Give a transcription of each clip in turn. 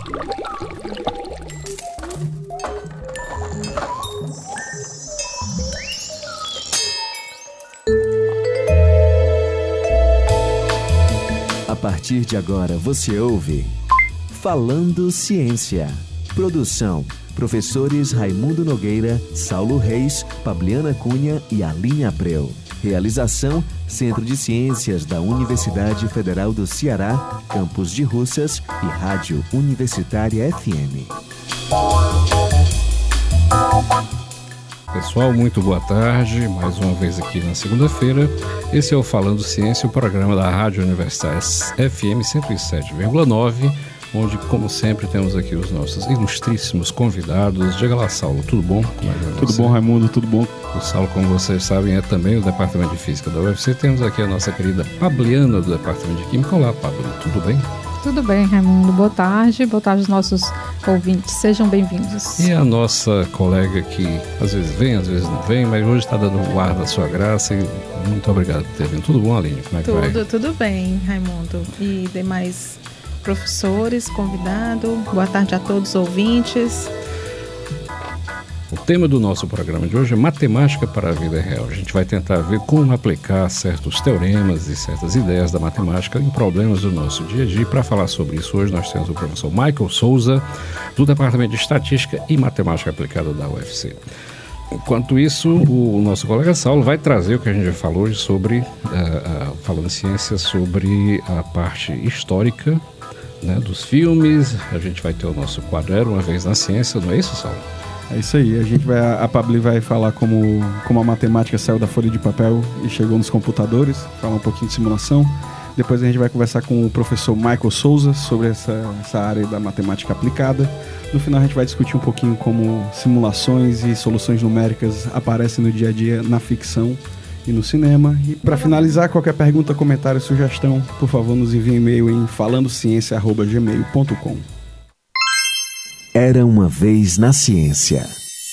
A partir de agora você ouve Falando Ciência. Produção: professores Raimundo Nogueira, Saulo Reis, Pabliana Cunha e Aline Abreu. Realização: Centro de Ciências da Universidade Federal do Ceará, Campus de Russas e Rádio Universitária FM. Pessoal, muito boa tarde, mais uma vez aqui na segunda-feira. Esse é o Falando Ciência, o programa da Rádio Universitária FM 107,9, onde, como sempre, temos aqui os nossos ilustríssimos convidados. Diga lá, Saulo, tudo bom? Como é que vai tudo você? Bom, Raimundo, tudo bom? O Saulo, como vocês sabem, é também do Departamento de Física da UFC. Temos aqui a nossa querida Pabliana, do Departamento de Química. Olá, Pablo, tudo bem? Tudo bem, Raimundo. Boa tarde aos nossos ouvintes. Sejam bem-vindos. E a nossa colega que às vezes vem, às vezes não vem, mas hoje está dando o ar da sua graça. E muito obrigado por ter vindo. Tudo bom, Aline? Como é que vai? Tudo bem, Raimundo. E demais professores, convidado. Boa tarde a todos os ouvintes. O tema do nosso programa de hoje é matemática para a vida real. A gente vai tentar ver como aplicar certos teoremas e certas ideias da matemática em problemas do nosso dia a dia. Para falar sobre isso, hoje nós temos o professor Michael Souza, do Departamento de Estatística e Matemática Aplicada da UFC. Enquanto isso, o nosso colega Saulo vai trazer o que a gente já falou hoje sobre, falando ciência, sobre a parte histórica, né, dos filmes. A gente vai ter o nosso quadro Era Uma Vez na Ciência, não é isso, Saulo? É isso aí, a Pabli vai falar como a matemática saiu da folha de papel e chegou nos computadores, falar um pouquinho de simulação. Depois a gente vai conversar com o professor Michael Souza sobre essa área da matemática aplicada. No final a gente vai discutir um pouquinho como simulações e soluções numéricas aparecem no dia a dia na ficção e no cinema. E para finalizar, qualquer pergunta, comentário, sugestão, por favor nos envie e-mail em falandociência@gmail.com. Era uma vez na ciência.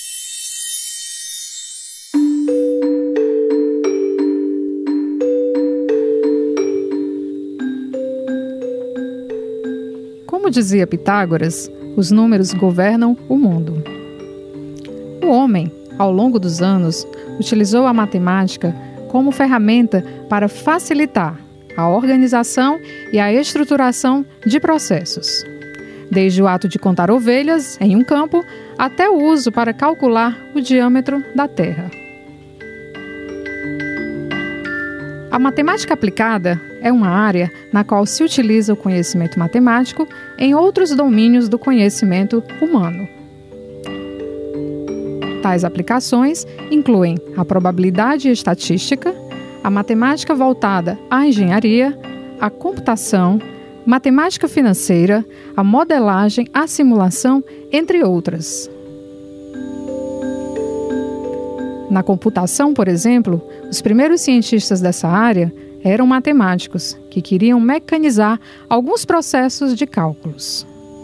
Como dizia Pitágoras, os números governam o mundo. O homem, ao longo dos anos, utilizou a matemática como ferramenta para facilitar a organização e a estruturação de processos. Desde o ato de contar ovelhas em um campo até o uso para calcular o diâmetro da Terra. A matemática aplicada é uma área na qual se utiliza o conhecimento matemático em outros domínios do conhecimento humano. Tais aplicações incluem a probabilidade e estatística, a matemática voltada à engenharia, a computação, matemática financeira, a modelagem, a simulação, entre outras. Na computação, por exemplo, os primeiros cientistas dessa área eram matemáticos, que queriam mecanizar alguns processos de cálculos.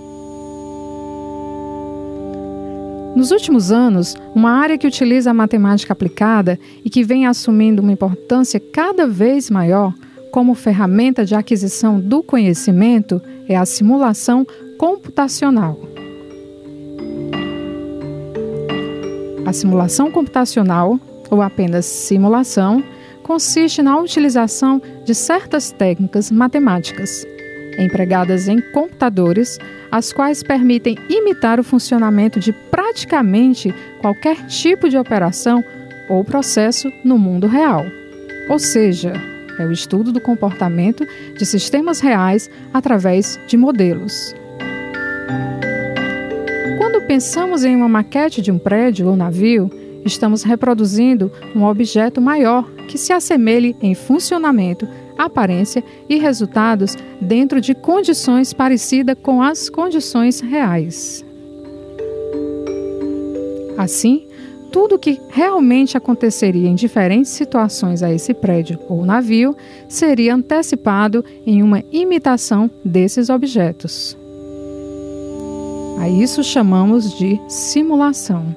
Nos últimos anos, uma área que utiliza a matemática aplicada e que vem assumindo uma importância cada vez maior como ferramenta de aquisição do conhecimento é a simulação computacional. A simulação computacional, ou apenas simulação, consiste na utilização de certas técnicas matemáticas, empregadas em computadores, as quais permitem imitar o funcionamento de praticamente qualquer tipo de operação ou processo no mundo real. Ou seja, é o estudo do comportamento de sistemas reais através de modelos. Quando pensamos em uma maquete de um prédio ou navio, estamos reproduzindo um objeto maior que se assemelhe em funcionamento, aparência e resultados dentro de condições parecidas com as condições reais. Assim, tudo o que realmente aconteceria em diferentes situações a esse prédio ou navio seria antecipado em uma imitação desses objetos. A isso chamamos de simulação.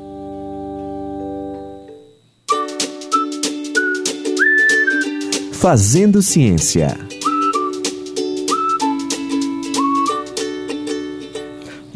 Fazendo Ciência.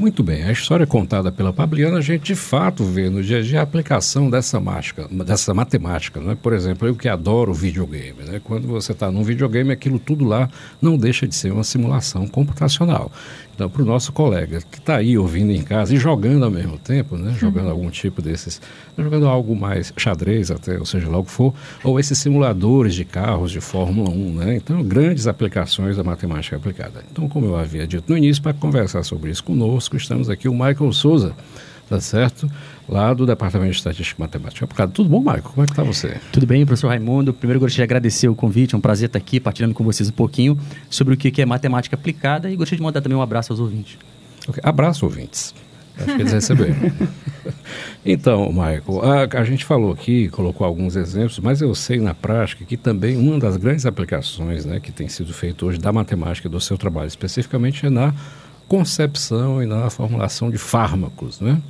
Muito bem, a história contada pela Fabiana, a gente de fato vê no dia a dia a aplicação dessa matemática, né? Por exemplo, eu que adoro videogame, né? Quando você está num videogame, aquilo tudo lá não deixa de ser uma simulação computacional. Então, para o nosso colega que está aí ouvindo em casa e jogando ao mesmo tempo, né? Jogando algum tipo desses, jogando algo mais xadrez até, ou seja lá o que for, ou esses simuladores de carros de Fórmula 1, né? Então, grandes aplicações da matemática aplicada. Então, como eu havia dito no início, para conversar sobre isso conosco, estamos aqui o Michael Souza, tá certo? Lá do Departamento de Estatística e Matemática aplicada. Tudo bom, Michael? Como é que está você? Tudo bem, professor Raimundo. Primeiro, gostaria de agradecer o convite. É um prazer estar aqui partilhando com vocês um pouquinho sobre o que é matemática aplicada e gostaria de mandar também um abraço aos ouvintes. Okay. Abraço, ouvintes. Acho que eles receberam. Então, Michael, a gente falou aqui, colocou alguns exemplos, mas eu sei na prática que também uma das grandes aplicações, né, que tem sido feita hoje da matemática do seu trabalho especificamente é na concepção e na formulação de fármacos, né?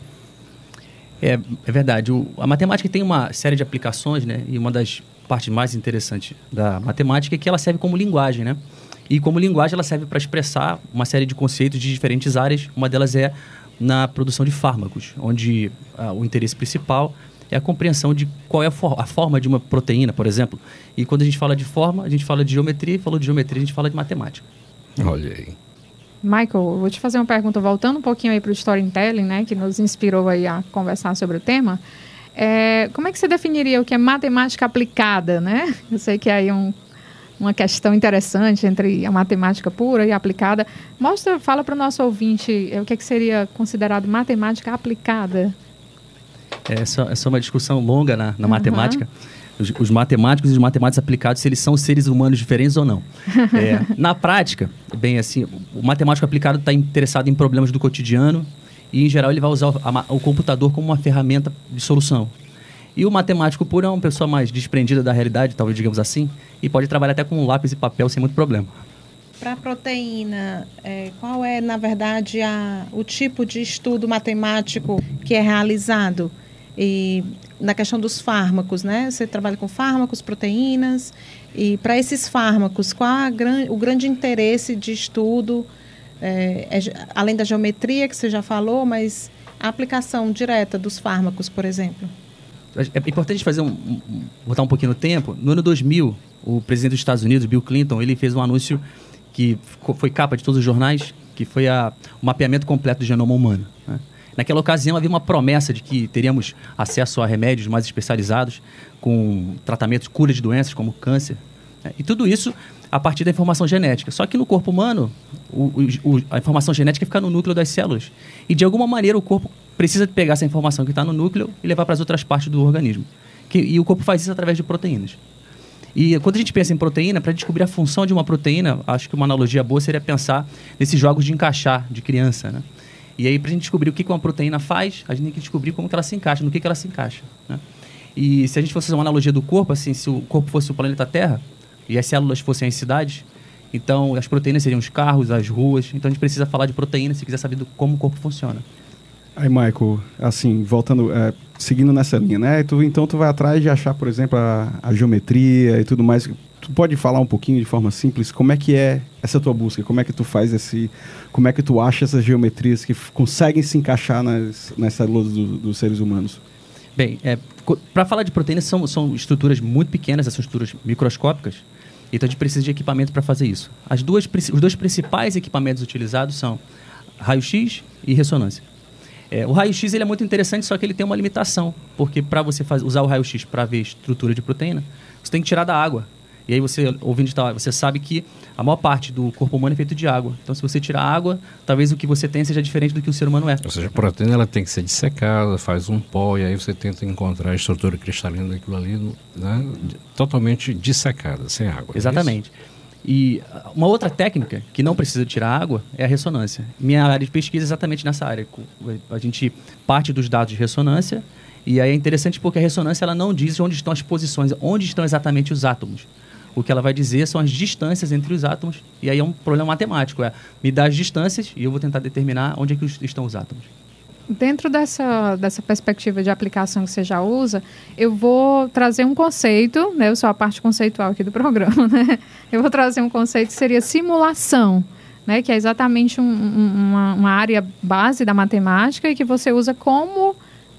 É verdade. A matemática tem uma série de aplicações, né? E uma das partes mais interessantes da matemática é que ela serve como linguagem, né? E como linguagem ela serve para expressar uma série de conceitos de diferentes áreas. Uma delas é na produção de fármacos, onde o interesse principal é a compreensão de qual é a forma de uma proteína, por exemplo. E quando a gente fala de forma, a gente fala de geometria, e falou de geometria, a gente fala de matemática. Olha aí. Michael, eu vou te fazer uma pergunta, voltando um pouquinho aí para o storytelling, né, que nos inspirou aí a conversar sobre o tema. Como é que você definiria o que é matemática aplicada, né? Eu sei que aí uma questão interessante entre a matemática pura e aplicada. Fala para o nosso ouvinte o que seria considerado matemática aplicada. Essa é uma discussão longa na matemática. Os matemáticos e os matemáticos aplicados, se eles são seres humanos diferentes ou não. Na prática, bem assim, o matemático aplicado está interessado em problemas do cotidiano e, em geral, ele vai usar o computador como uma ferramenta de solução. E o matemático puro é uma pessoa mais desprendida da realidade, talvez digamos assim, e pode trabalhar até com lápis e papel sem muito problema. Para a proteína, qual é, na verdade, o tipo de estudo matemático que é realizado? E na questão dos fármacos, né? Você trabalha com fármacos, proteínas, e para esses fármacos, qual o grande interesse de estudo, além da geometria que você já falou, mas a aplicação direta dos fármacos, por exemplo? É importante voltar um pouquinho no tempo. No ano 2000, o presidente dos Estados Unidos, Bill Clinton, ele fez um anúncio que foi capa de todos os jornais, que foi o mapeamento completo do genoma humano, né? Naquela ocasião havia uma promessa de que teríamos acesso a remédios mais especializados com tratamentos, cura de doenças como câncer, né? E tudo isso a partir da informação genética. Só que no corpo humano, a informação genética fica no núcleo das células. E de alguma maneira o corpo precisa pegar essa informação que está no núcleo e levar para as outras partes do organismo. E o corpo faz isso através de proteínas. E quando a gente pensa em proteína, para descobrir a função de uma proteína, acho que uma analogia boa seria pensar nesses jogos de encaixar de criança, né? E aí, para a gente descobrir o que uma proteína faz, a gente tem que descobrir como que ela se encaixa, no que ela se encaixa, né? E se a gente fosse fazer uma analogia do corpo, assim, se o corpo fosse o planeta Terra e as células fossem as cidades, então as proteínas seriam os carros, as ruas. Então a gente precisa falar de proteína se quiser saber como o corpo funciona. Aí, Michael, assim, voltando, seguindo nessa linha, né? Então tu vai atrás de achar, por exemplo, a geometria e tudo mais. Tu pode falar um pouquinho de forma simples como é que é essa tua busca? Como é que tu faz como é que tu acha essas geometrias que conseguem se encaixar nas células dos seres humanos? Bem, para falar de proteínas, são estruturas muito pequenas, são estruturas microscópicas, então a gente precisa de equipamento para fazer isso. Os dois principais equipamentos utilizados são raio-x e ressonância. O raio-x ele é muito interessante, só que ele tem uma limitação, porque para você usar o raio-x para ver estrutura de proteína, você tem que tirar da água. E aí você, ouvindo, você sabe que a maior parte do corpo humano é feito de água. Então, se você tirar a água, talvez o que você tem seja diferente do que o ser humano é. Ou seja, a proteína ela tem que ser dissecada, faz um pó, e aí você tenta encontrar a estrutura cristalina daquilo ali, né, totalmente dissecada, sem água. Exatamente. E uma outra técnica que não precisa tirar água é a ressonância. Minha área de pesquisa é exatamente nessa área. A gente parte dos dados de ressonância, e aí é interessante porque a ressonância ela não diz onde estão as posições, onde estão exatamente os átomos. O que ela vai dizer são as distâncias entre os átomos, e aí é um problema matemático, me dá as distâncias e eu vou tentar determinar onde é que estão os átomos. Dentro dessa perspectiva de aplicação que você já usa, eu vou trazer um conceito, né? Eu sou a parte conceitual aqui do programa, né? Eu vou trazer um conceito que seria simulação, né, que é exatamente uma área base da matemática e que você usa como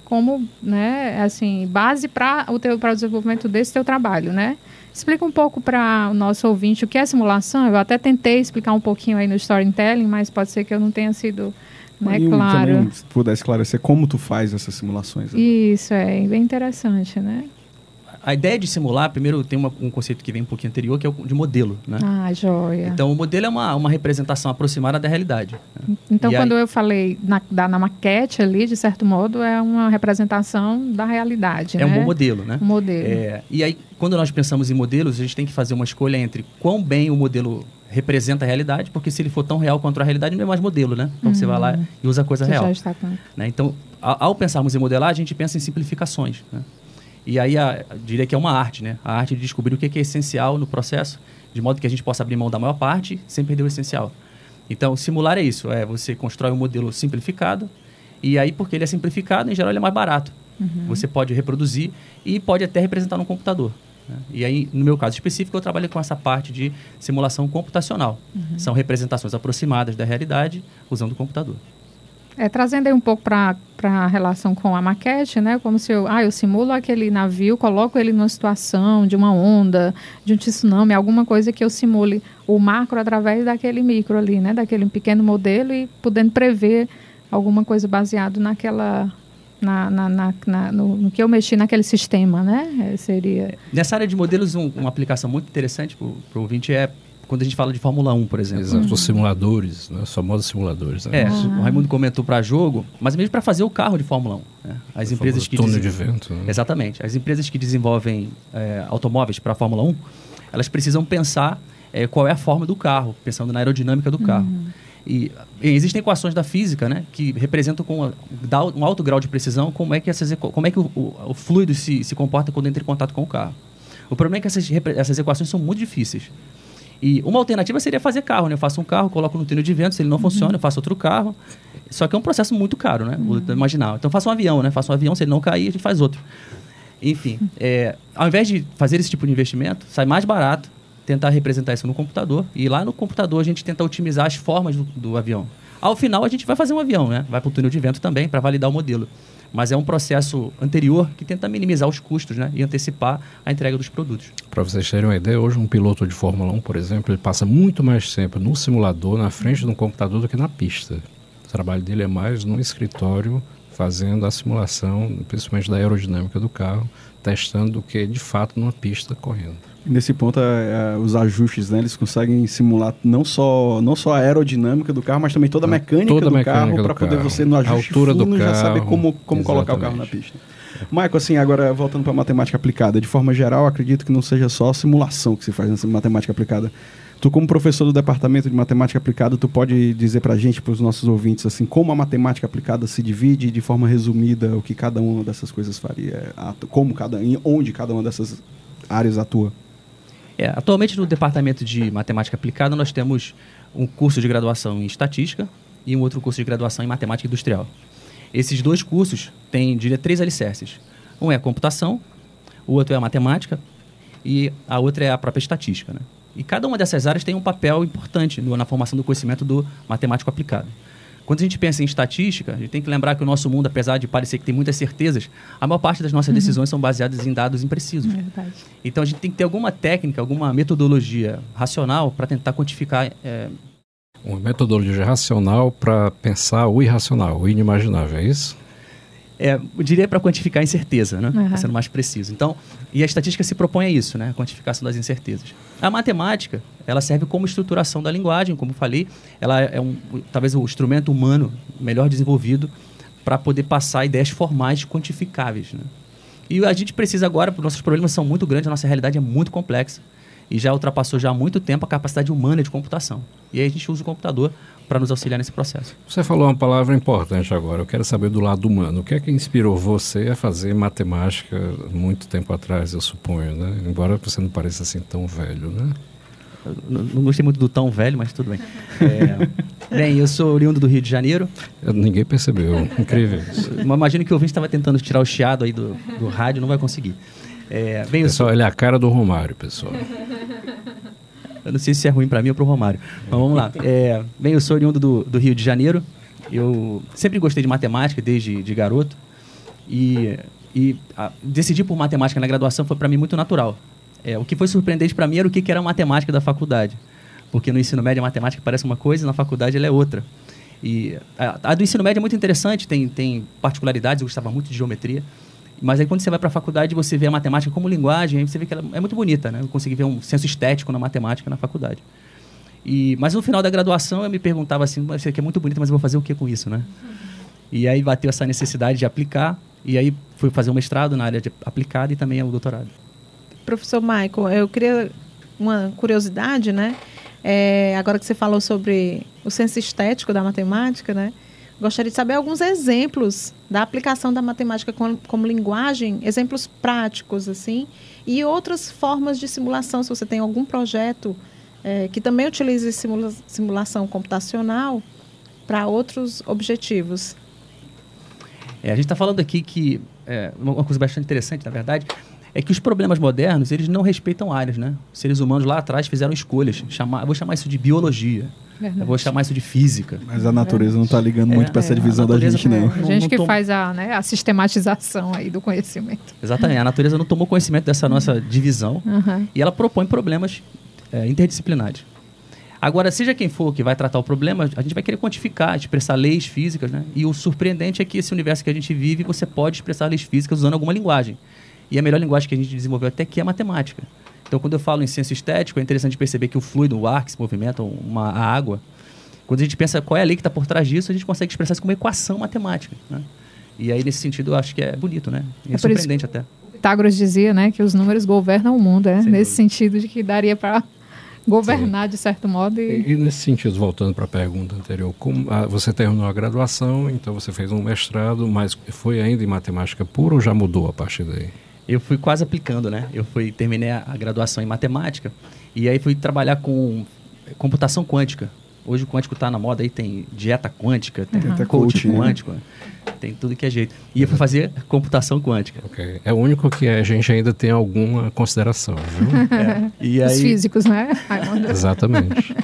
né, assim, base para o desenvolvimento desse teu trabalho, né? Explica um pouco para o nosso ouvinte o que é simulação. Eu até tentei explicar um pouquinho aí no storytelling, mas pode ser que eu não tenha sido, né, clara. Também, se puder esclarecer como tu faz essas simulações. Né? Isso, é bem interessante, né? A ideia de simular, primeiro tem um conceito que vem um pouquinho anterior, que é o de modelo, né? Ah, joia. Então, o modelo é uma representação aproximada da realidade. Né? Então, quando eu falei na maquete ali, de certo modo, é uma representação da realidade, né? É um bom modelo, né? Um modelo. E aí, quando nós pensamos em modelos, a gente tem que fazer uma escolha entre quão bem o modelo representa a realidade, porque se ele for tão real quanto a realidade, não é mais modelo, né? Então, você vai lá e usa a coisa real. Já está com... né? Então, ao pensarmos em modelar, a gente pensa em simplificações, né? E aí, diria que é uma arte, né? A arte de descobrir o que é essencial no processo, de modo que a gente possa abrir mão da maior parte sem perder o essencial. Então, simular é isso. Você constrói um modelo simplificado e aí, porque ele é simplificado, em geral, ele é mais barato. Você pode reproduzir e pode até representar no computador. Né? E aí, no meu caso específico, eu trabalho com essa parte de simulação computacional. São representações aproximadas da realidade usando o computador. Trazendo aí um pouco para a relação com a maquete, né? Como se eu simulo aquele navio, coloco ele numa situação de uma onda, de um tsunami, alguma coisa que eu simule o macro através daquele micro ali, né? Daquele pequeno modelo e podendo prever alguma coisa baseado naquela... no que eu mexi naquele sistema, né? Seria... Nessa área de modelos, uma aplicação muito interessante para o ouvinte é quando a gente fala de Fórmula 1, por exemplo. Exato, os simuladores, né? Os famosos simuladores. Né? O Raimundo comentou para jogo, mas mesmo para fazer o carro de Fórmula 1. Né? As empresas que túnel de vento. Né? Exatamente. As empresas que desenvolvem automóveis para a Fórmula 1, elas precisam pensar qual é a forma do carro, pensando na aerodinâmica do carro. E existem equações da física, né, que representam dá um alto grau de precisão como é que o fluido se comporta quando entra em contato com o carro. O problema é que essas equações são muito difíceis. E uma alternativa seria fazer carro, né? Eu faço um carro, coloco no túnel de vento, se ele não funciona, eu faço outro carro. Só que é um processo muito caro, né? Imaginar. Então, eu faço um avião, né? Faço um avião, se ele não cair, a gente faz outro. Enfim, ao invés de fazer esse tipo de investimento, sai mais barato tentar representar isso no computador. E lá no computador a gente tenta otimizar as formas do avião. Ao final, a gente vai fazer um avião, né? Vai para o túnel de vento também, para validar o modelo. Mas é um processo anterior que tenta minimizar os custos, né? E antecipar a entrega dos produtos. Para vocês terem uma ideia, hoje um piloto de Fórmula 1, por exemplo, ele passa muito mais tempo no simulador, na frente de um computador, do que na pista. O trabalho dele é mais no escritório, fazendo a simulação, principalmente da aerodinâmica do carro, testando do que, de fato, numa pista correndo. Nesse ponto, os ajustes, né, eles conseguem simular não só a aerodinâmica do carro, mas também toda a mecânica do carro, para poder você, no ajuste fino, já saber como colocar o carro na pista. Michael, assim, agora voltando para a matemática aplicada, de forma geral, acredito que não seja só simulação que se faz nessa matemática aplicada. Tu, como professor do departamento de matemática aplicada, tu pode dizer para a gente, para os nossos ouvintes, assim, como a matemática aplicada se divide de forma resumida, o que cada uma dessas coisas faria, onde cada uma dessas áreas atua? Atualmente, no departamento de matemática aplicada, nós temos um curso de graduação em estatística e um outro curso de graduação em matemática industrial. Esses dois cursos têm, diria, 3 alicerces. Um é a computação, o outro é a matemática e a outra é a própria estatística, né? E cada uma dessas áreas tem um papel importante na formação do conhecimento do matemático aplicado. Quando a gente pensa em estatística, a gente tem que lembrar que o nosso mundo, apesar de parecer que tem muitas certezas, a maior parte das nossas decisões são baseadas em dados imprecisos. É verdade. Então, a gente tem que ter alguma técnica, alguma metodologia racional para tentar quantificar... Uma metodologia racional para pensar o irracional, o inimaginável, é isso? Eu diria para quantificar a incerteza, né? Sendo mais preciso. Então, e a estatística se propõe a isso, né? A quantificação das incertezas. A matemática, ela serve como estruturação da linguagem, como falei. Ela é talvez o instrumento humano melhor desenvolvido para poder passar ideias formais quantificáveis, né? E a gente precisa agora, porque nossos problemas são muito grandes, a nossa realidade é muito complexa. E já ultrapassou já há muito tempo a capacidade humana de computação. E aí a gente usa o computador para nos auxiliar nesse processo. Você falou uma palavra importante agora. Eu quero saber do lado humano. O que é que inspirou você a fazer matemática muito tempo atrás, eu suponho, né? Embora você não pareça assim tão velho, né? Eu não gostei muito do tão velho, mas tudo bem. Bem, eu sou oriundo do Rio de Janeiro. Ninguém percebeu. Incrível isso. Imagino que o ouvinte estava tentando tirar o chiado aí do rádio, não vai conseguir. Pessoal, ele é a cara do Romário, pessoal. Eu não sei se é ruim para mim ou para o Romário. Mas vamos lá. Bem, eu sou oriundo do Rio de Janeiro. Eu sempre gostei de matemática desde de garoto. E decidir por matemática na graduação foi para mim muito natural. O que foi surpreendente para mim era o que era a matemática da faculdade. Porque no ensino médio a matemática parece uma coisa e na faculdade ela é outra. E a do ensino médio é muito interessante, tem particularidades, eu gostava muito de geometria. Mas aí quando você vai para a faculdade você vê a matemática como linguagem, aí você vê que ela é muito bonita, né? Eu consegui ver um senso estético na matemática na faculdade. Mas no final da graduação eu me perguntava assim, isso aqui é muito bonito, mas eu vou fazer o que com isso, né? E aí bateu essa necessidade de aplicar, e aí fui fazer um mestrado na área de aplicada e também o doutorado. Professor Michael, eu queria uma curiosidade, né? Agora que você falou sobre o senso estético da matemática, né? Gostaria de saber alguns exemplos da aplicação da matemática como linguagem, exemplos práticos, assim, e outras formas de simulação, se você tem algum projeto que também utilize simulação computacional para outros objetivos. A gente está falando aqui que uma coisa bastante interessante, na verdade, é que os problemas modernos, eles não respeitam áreas, né? Os seres humanos lá atrás fizeram escolhas. Eu vou chamar isso de biologia. Verdade. Eu vou chamar isso de física. Mas a natureza não está ligando muito para essa divisão da gente, não. A gente que faz a sistematização aí do conhecimento. Exatamente. A natureza não tomou conhecimento dessa nossa divisão e ela propõe problemas interdisciplinares. Agora, seja quem for que vai tratar o problema, a gente vai querer quantificar, expressar leis físicas, né? E o surpreendente é que esse universo que a gente vive, você pode expressar leis físicas usando alguma linguagem. E a melhor linguagem que a gente desenvolveu até aqui é a matemática. Então, quando eu falo em senso estético, é interessante perceber que o fluido, o ar que se movimenta, a água, quando a gente pensa qual é a lei que está por trás disso, a gente consegue expressar isso como equação matemática, né? E aí, nesse sentido, eu acho que é bonito, né? E é surpreendente até. Pitágoras dizia, né, que os números governam o mundo, nesse sentido de que daria para governar, de certo modo. E nesse sentido, voltando para a pergunta anterior, você terminou a graduação, então você fez um mestrado, mas foi ainda em matemática pura ou já mudou a partir daí? Eu fui quase aplicando, né? Terminei a graduação em matemática e aí fui trabalhar com computação quântica. Hoje o quântico está na moda, aí tem dieta quântica, tem coach quântico, tem tudo que é jeito. E eu fui fazer computação quântica. Okay. É o único que a gente ainda tem alguma consideração, viu? E aí... Os físicos, né? Exatamente.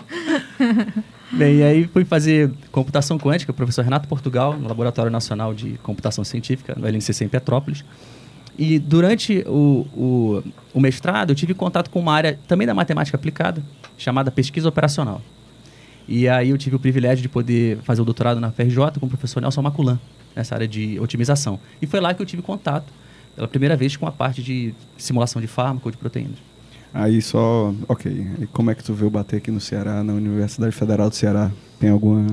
Bem, e aí fui fazer computação quântica, professor Renato Portugal, no Laboratório Nacional de Computação Científica, no LNCC em Petrópolis. E durante o mestrado, eu tive contato com uma área também da matemática aplicada, chamada pesquisa operacional. E aí eu tive o privilégio de poder fazer o doutorado na FRJ com o professor Nelson Maculan, nessa área de otimização. E foi lá que eu tive contato, pela primeira vez, com a parte de simulação de fármaco ou de proteínas. Aí só... Ok. E como é que tu veio bater aqui no Ceará, na Universidade Federal do Ceará? Tem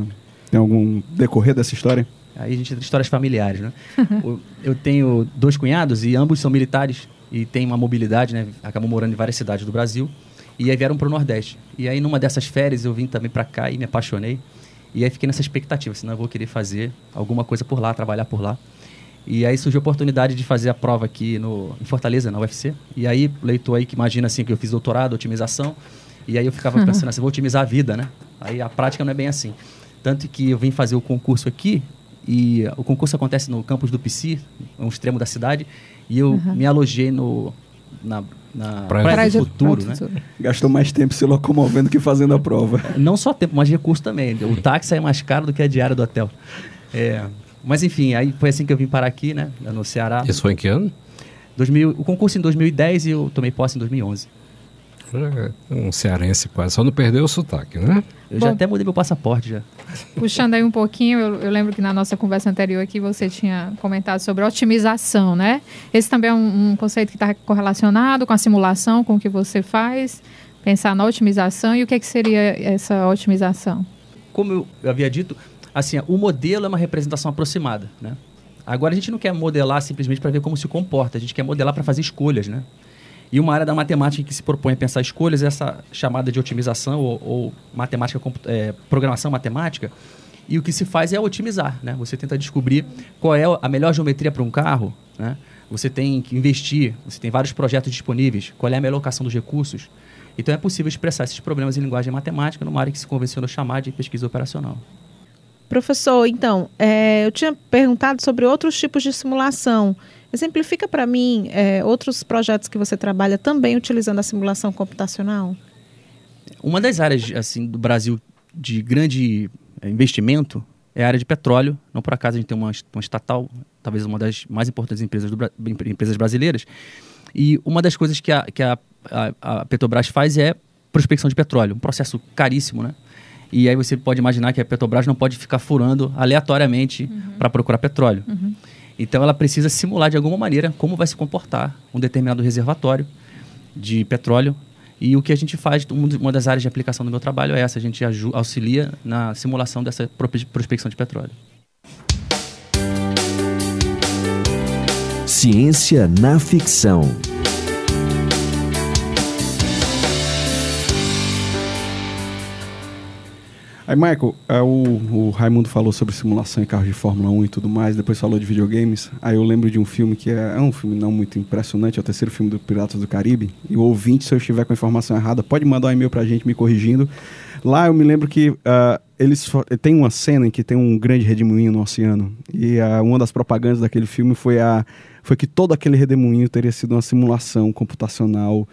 algum decorrer dessa história? Aí a gente tem histórias familiares, né? Eu tenho 2 cunhados e ambos são militares e têm uma mobilidade, né? Acabam morando em várias cidades do Brasil e aí vieram para o Nordeste. E aí numa dessas férias eu vim também para cá e me apaixonei. E aí fiquei nessa expectativa, senão eu vou querer fazer alguma coisa por lá, trabalhar por lá. E aí surgiu a oportunidade de fazer a prova aqui em Fortaleza, na UFC. E aí o leitor aí que imagina assim que eu fiz doutorado, otimização. E aí eu ficava pensando assim, vou otimizar a vida, né? Aí a prática não é bem assim. Tanto que eu vim fazer o concurso aqui. E o concurso acontece no campus do PC, um extremo da cidade, e eu me alojei na Praia do Futuro, né? Gastou mais tempo se locomovendo que fazendo a prova. Não só tempo, mas recurso também. O táxi é mais caro do que a diária do hotel. Mas enfim, aí foi assim que eu vim parar aqui, né? No Ceará. Isso foi em que ano? O concurso em 2010 e eu tomei posse em 2011. Um cearense quase, só não perdeu o sotaque, né? Eu já até mudei meu passaporte já. Puxando aí um pouquinho, eu lembro que na nossa conversa anterior aqui você tinha comentado sobre otimização, né? Esse também é um conceito que está correlacionado com a simulação, com o que você faz, pensar na otimização. E o que seria essa otimização? Como eu havia dito, assim, o modelo é uma representação aproximada, né? Agora a gente não quer modelar simplesmente para ver como se comporta, a gente quer modelar para fazer escolhas, né? E uma área da matemática que se propõe a pensar escolhas é essa chamada de otimização ou matemática, programação matemática. E o que se faz é otimizar, né? Você tenta descobrir qual é a melhor geometria para um carro, né? Você tem que investir, você tem vários projetos disponíveis, qual é a melhor alocação dos recursos. Então é possível expressar esses problemas em linguagem matemática numa área que se convencionou chamar de pesquisa operacional. Professor, então, eu tinha perguntado sobre outros tipos de simulação. Exemplifica para mim outros projetos que você trabalha também utilizando a simulação computacional? Uma das áreas assim, do Brasil de grande investimento é a área de petróleo. Não por acaso a gente tem uma estatal, talvez uma das mais importantes empresas brasileiras. E uma das coisas que a Petrobras faz é prospecção de petróleo, um processo caríssimo, né? E aí você pode imaginar que a Petrobras não pode ficar furando aleatoriamente para procurar petróleo. Então ela precisa simular de alguma maneira como vai se comportar um determinado reservatório de petróleo. E o que a gente faz, uma das áreas de aplicação do meu trabalho é essa, a gente auxilia na simulação dessa prospecção de petróleo. Ciência na ficção. Aí, Michael, o Raimundo falou sobre simulação em carros de Fórmula 1 e tudo mais, depois falou de videogames. Aí eu lembro de um filme que é um filme não muito impressionante, é o terceiro filme do Piratas do Caribe. E o ouvinte, se eu estiver com a informação errada, pode mandar um e-mail pra gente me corrigindo. Lá eu me lembro que tem uma cena em que tem um grande redemoinho no oceano. E uma das propagandas daquele filme foi que todo aquele redemoinho teria sido uma simulação computacional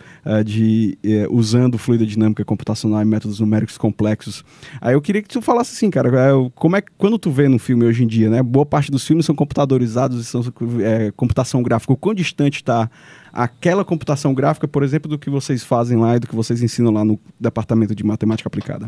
usando fluida dinâmica computacional e métodos numéricos complexos. Aí eu queria que tu falasse assim, cara, quando tu vê no filme hoje em dia, né, boa parte dos filmes são computadorizados e são computação gráfica. O quão distante está aquela computação gráfica, por exemplo, do que vocês fazem lá e do que vocês ensinam lá no Departamento de Matemática Aplicada?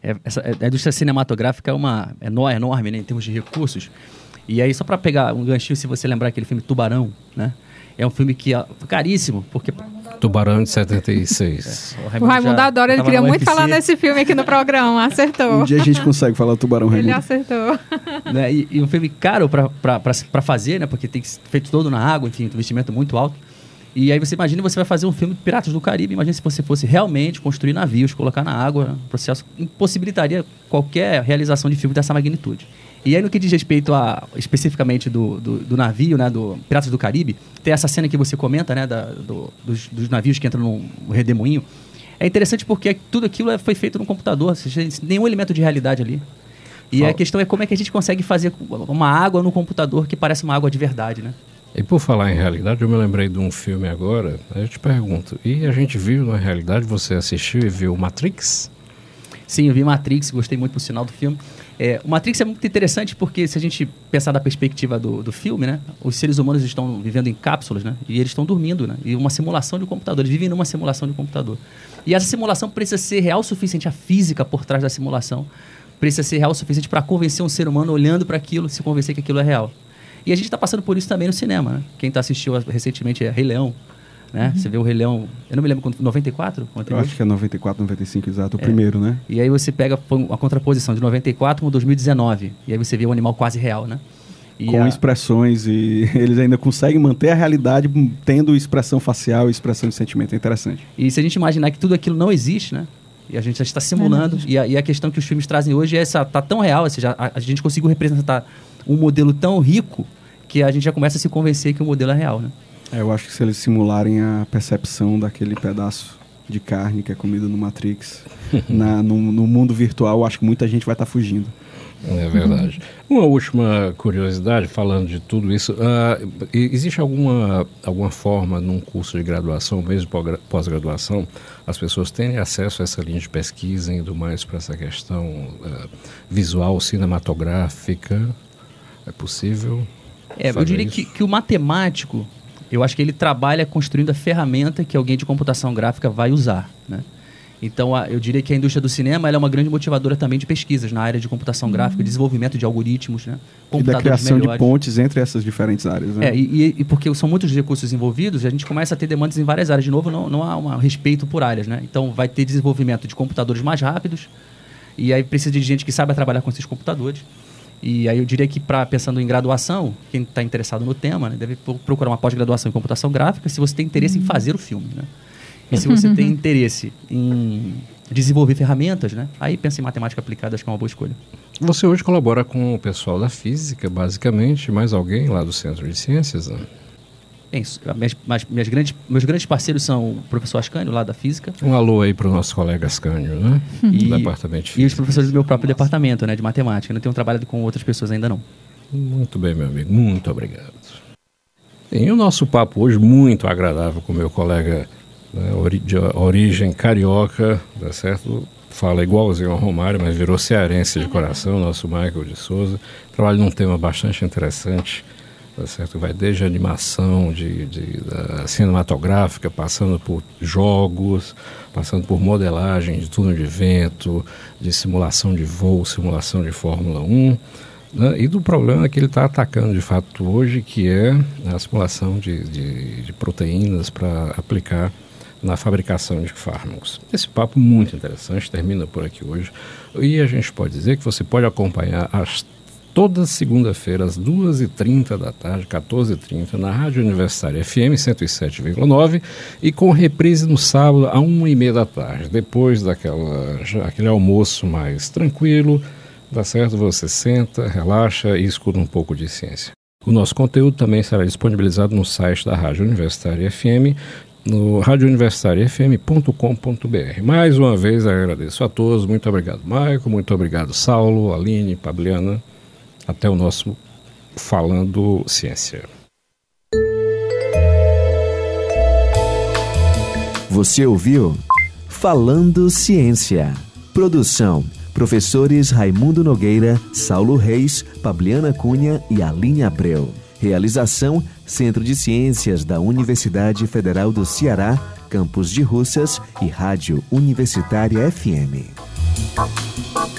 A indústria cinematográfica é enorme, né, em termos de recursos. E aí, só para pegar um ganchinho, se você lembrar aquele filme Tubarão, né? É um filme que é caríssimo, porque... Tubarão de 76. O Raimundo adora, ele queria muito falar nesse filme aqui no programa, acertou. Um dia a gente consegue falar Tubarão, Raimundo. Ele acertou. Né? E um filme caro para fazer, né? Porque tem que ser feito todo na água, enfim, um investimento muito alto. E aí você imagina, você vai fazer um filme de Piratas do Caribe, imagina se você fosse realmente construir navios, colocar na água, o processo impossibilitaria qualquer realização de filme dessa magnitude. E aí, no que diz respeito especificamente do navio, né, do Piratas do Caribe, tem essa cena que você comenta, né, dos navios que entram no redemoinho. É interessante porque tudo aquilo foi feito no computador, ou seja, nenhum elemento de realidade ali. E a questão é como é que a gente consegue fazer uma água no computador que parece uma água de verdade, né? E por falar em realidade, eu me lembrei de um filme agora, eu te pergunto, e a gente viu na realidade, você assistiu e viu Matrix? Sim, eu vi Matrix, gostei muito, por sinal, do filme. O Matrix é muito interessante porque, se a gente pensar da perspectiva do filme, né, os seres humanos estão vivendo em cápsulas, né, e eles estão dormindo, né, e uma simulação de computador, eles vivem numa simulação de computador. E essa simulação precisa ser real o suficiente, a física por trás da simulação precisa ser real o suficiente para convencer um ser humano, olhando para aquilo, se convencer que aquilo é real. E a gente está passando por isso também no cinema, né? Quem assistiu recentemente é Rei Leão, né? Você vê o Rei Leão, eu não me lembro, 94? Eu acho que é 94, 95, exato, o primeiro, né? E aí você pega a contraposição de 94 com 2019, e aí você vê o animal quase real, né? Com expressões, e eles ainda conseguem manter a realidade tendo expressão facial e expressão de sentimento, é interessante. E se a gente imaginar que tudo aquilo não existe, né? E a gente já está simulando, e a questão que os filmes trazem hoje é essa, tá tão real, ou seja, a gente conseguiu representar um modelo tão rico que a gente já começa a se convencer que o modelo é real, né? Eu acho que se eles simularem a percepção daquele pedaço de carne que é comido no Matrix, no mundo virtual, eu acho que muita gente vai estar fugindo. É verdade. Uma última curiosidade, falando de tudo isso, existe alguma forma num curso de graduação, mesmo pós-graduação, as pessoas terem acesso a essa linha de pesquisa e indo mais para essa questão visual, cinematográfica? É possível? Eu diria que o matemático, eu acho que ele trabalha construindo a ferramenta que alguém de computação gráfica vai usar, né? Então, eu diria que a indústria do cinema ela é uma grande motivadora também de pesquisas na área de computação gráfica, desenvolvimento de algoritmos, né? E da criação de pontes entre essas diferentes áreas, né? E porque são muitos recursos envolvidos, a gente começa a ter demandas em várias áreas. De novo, não há um respeito por áreas, né? Então, vai ter desenvolvimento de computadores mais rápidos, e aí precisa de gente que saiba trabalhar com esses computadores. E aí eu diria que, pensando em graduação, quem está interessado no tema, né, deve procurar uma pós-graduação em computação gráfica se você tem interesse em fazer o filme, né? E se você tem interesse em desenvolver ferramentas, né, aí pensa em matemática aplicada, acho que é uma boa escolha. Você hoje colabora com o pessoal da física, basicamente, mais alguém lá do Centro de Ciências, né? Meus grandes parceiros são o professor Ascânio, lá da Física. Um alô aí para o nosso colega Ascânio, né? Do Departamento de Física. E os professores do meu próprio departamento, né, de Matemática. Eu não tenho trabalhado com outras pessoas ainda não. Muito bem, meu amigo. Muito obrigado. E o nosso papo hoje muito agradável com o meu colega né, de origem carioca, tá certo? Fala igualzinho ao Romário, mas virou cearense de coração, nosso Michael de Souza. Trabalha num tema bastante interessante, tá certo? Vai desde animação, da cinematográfica, passando por jogos, passando por modelagem de túnel de vento, de simulação de voo, simulação de Fórmula 1, né? E do problema que ele está atacando de fato hoje, que é a simulação de proteínas para aplicar na fabricação de fármacos. Esse papo muito interessante, termina por aqui hoje. E a gente pode dizer que você pode acompanhar toda segunda-feira, às 2h30 da tarde, 14h30, na Rádio Universitária FM 107,9 e com reprise no sábado, às 1h30 da tarde. Depois daquele almoço mais tranquilo, dá certo? Você senta, relaxa e escuta um pouco de ciência. O nosso conteúdo também será disponibilizado no site da Rádio Universitária FM, no radiouniversitariafm.com.br. Mais uma vez agradeço a todos, muito obrigado Maico, muito obrigado Saulo, Aline, Fabiana, até o nosso Falando Ciência. Você ouviu Falando Ciência. Produção: professores Raimundo Nogueira, Saulo Reis, Fabiana Cunha e Aline Abreu. Realização: Centro de Ciências da Universidade Federal do Ceará, Campus de Russas e Rádio Universitária FM.